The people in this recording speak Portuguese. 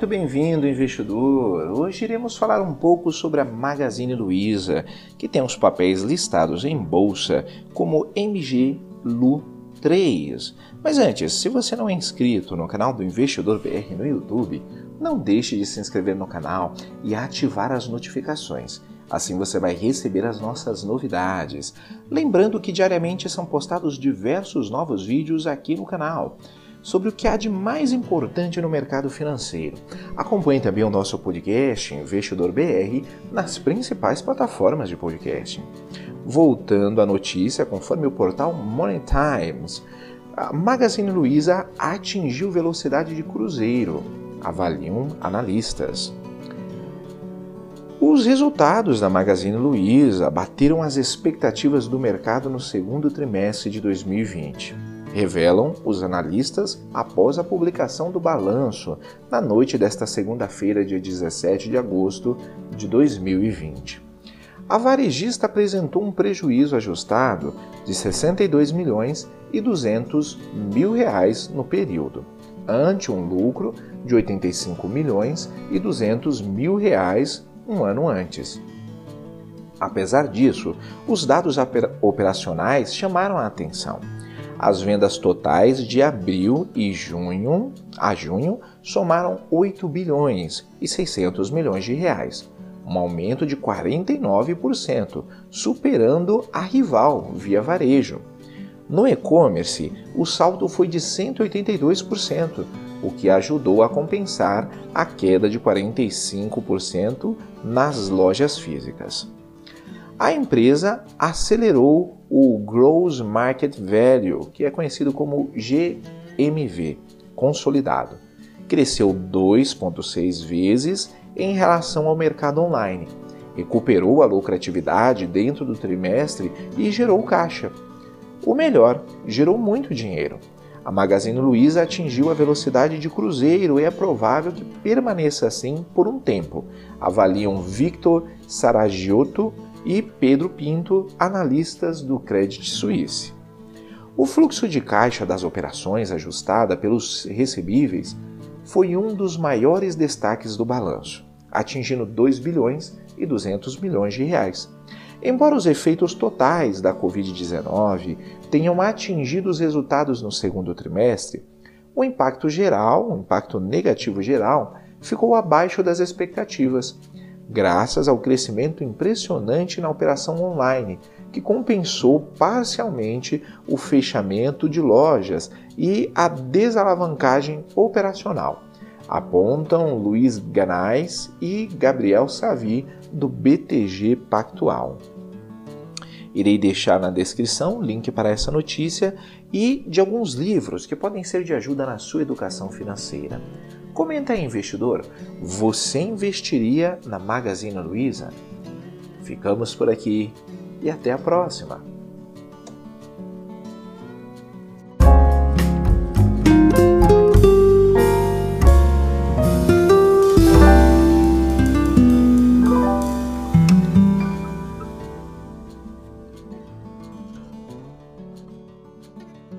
muito bem-vindo, investidor! Hoje iremos falar um pouco sobre a Magazine Luiza, que tem os papéis listados em bolsa como MGLU3. Mas antes, se você não é inscrito no canal do Investidor BR no YouTube, não deixe de se inscrever no canal e ativar as notificações. Assim você vai receber as nossas novidades. Lembrando que diariamente são postados diversos novos vídeos aqui no canal sobre o que há de mais importante no mercado financeiro. Acompanhe também o nosso podcast Investidor BR nas principais plataformas de podcast. Voltando à notícia, conforme o portal Money Times, a Magazine Luiza atingiu velocidade de cruzeiro, avaliam analistas. Os resultados da Magazine Luiza bateram as expectativas do mercado no segundo trimestre de 2020. Revelam os analistas após a publicação do balanço na noite desta segunda-feira, dia 17 de agosto de 2020. A varejista apresentou um prejuízo ajustado de 62 milhões e 200 mil reais no período, ante um lucro de 85 milhões e 200 mil reais um ano antes. Apesar disso, os dados operacionais chamaram a atenção. As vendas totais de abril a junho somaram 8 bilhões e 600 milhões de reais, um aumento de 49%, superando a rival Via Varejo. No e-commerce, o saldo foi de 182%, o que ajudou a compensar a queda de 45% nas lojas físicas. A empresa acelerou o Gross Market Value, que é conhecido como GMV, consolidado. Cresceu 2,6 vezes em relação ao mercado online, recuperou a lucratividade dentro do trimestre e gerou caixa. O melhor, gerou muito dinheiro. A Magazine Luiza atingiu a velocidade de cruzeiro e é provável que permaneça assim por um tempo, avaliam Victor Saragiotto e Pedro Pinto, analistas do Credit Suisse. O fluxo de caixa das operações ajustada pelos recebíveis foi um dos maiores destaques do balanço, atingindo 2 bilhões e 200 milhões de reais. Embora os efeitos totais da Covid-19 tenham atingido os resultados no segundo trimestre, o impacto negativo geral, ficou abaixo das expectativas, graças ao crescimento impressionante na operação online, que compensou parcialmente o fechamento de lojas e a desalavancagem operacional, apontam Luiz Ganais e Gabriel Savi, do BTG Pactual. Irei deixar na descrição o link para essa notícia e de alguns livros que podem ser de ajuda na sua educação financeira. Comenta aí, investidor, você investiria na Magazine Luiza? Ficamos por aqui e até a próxima!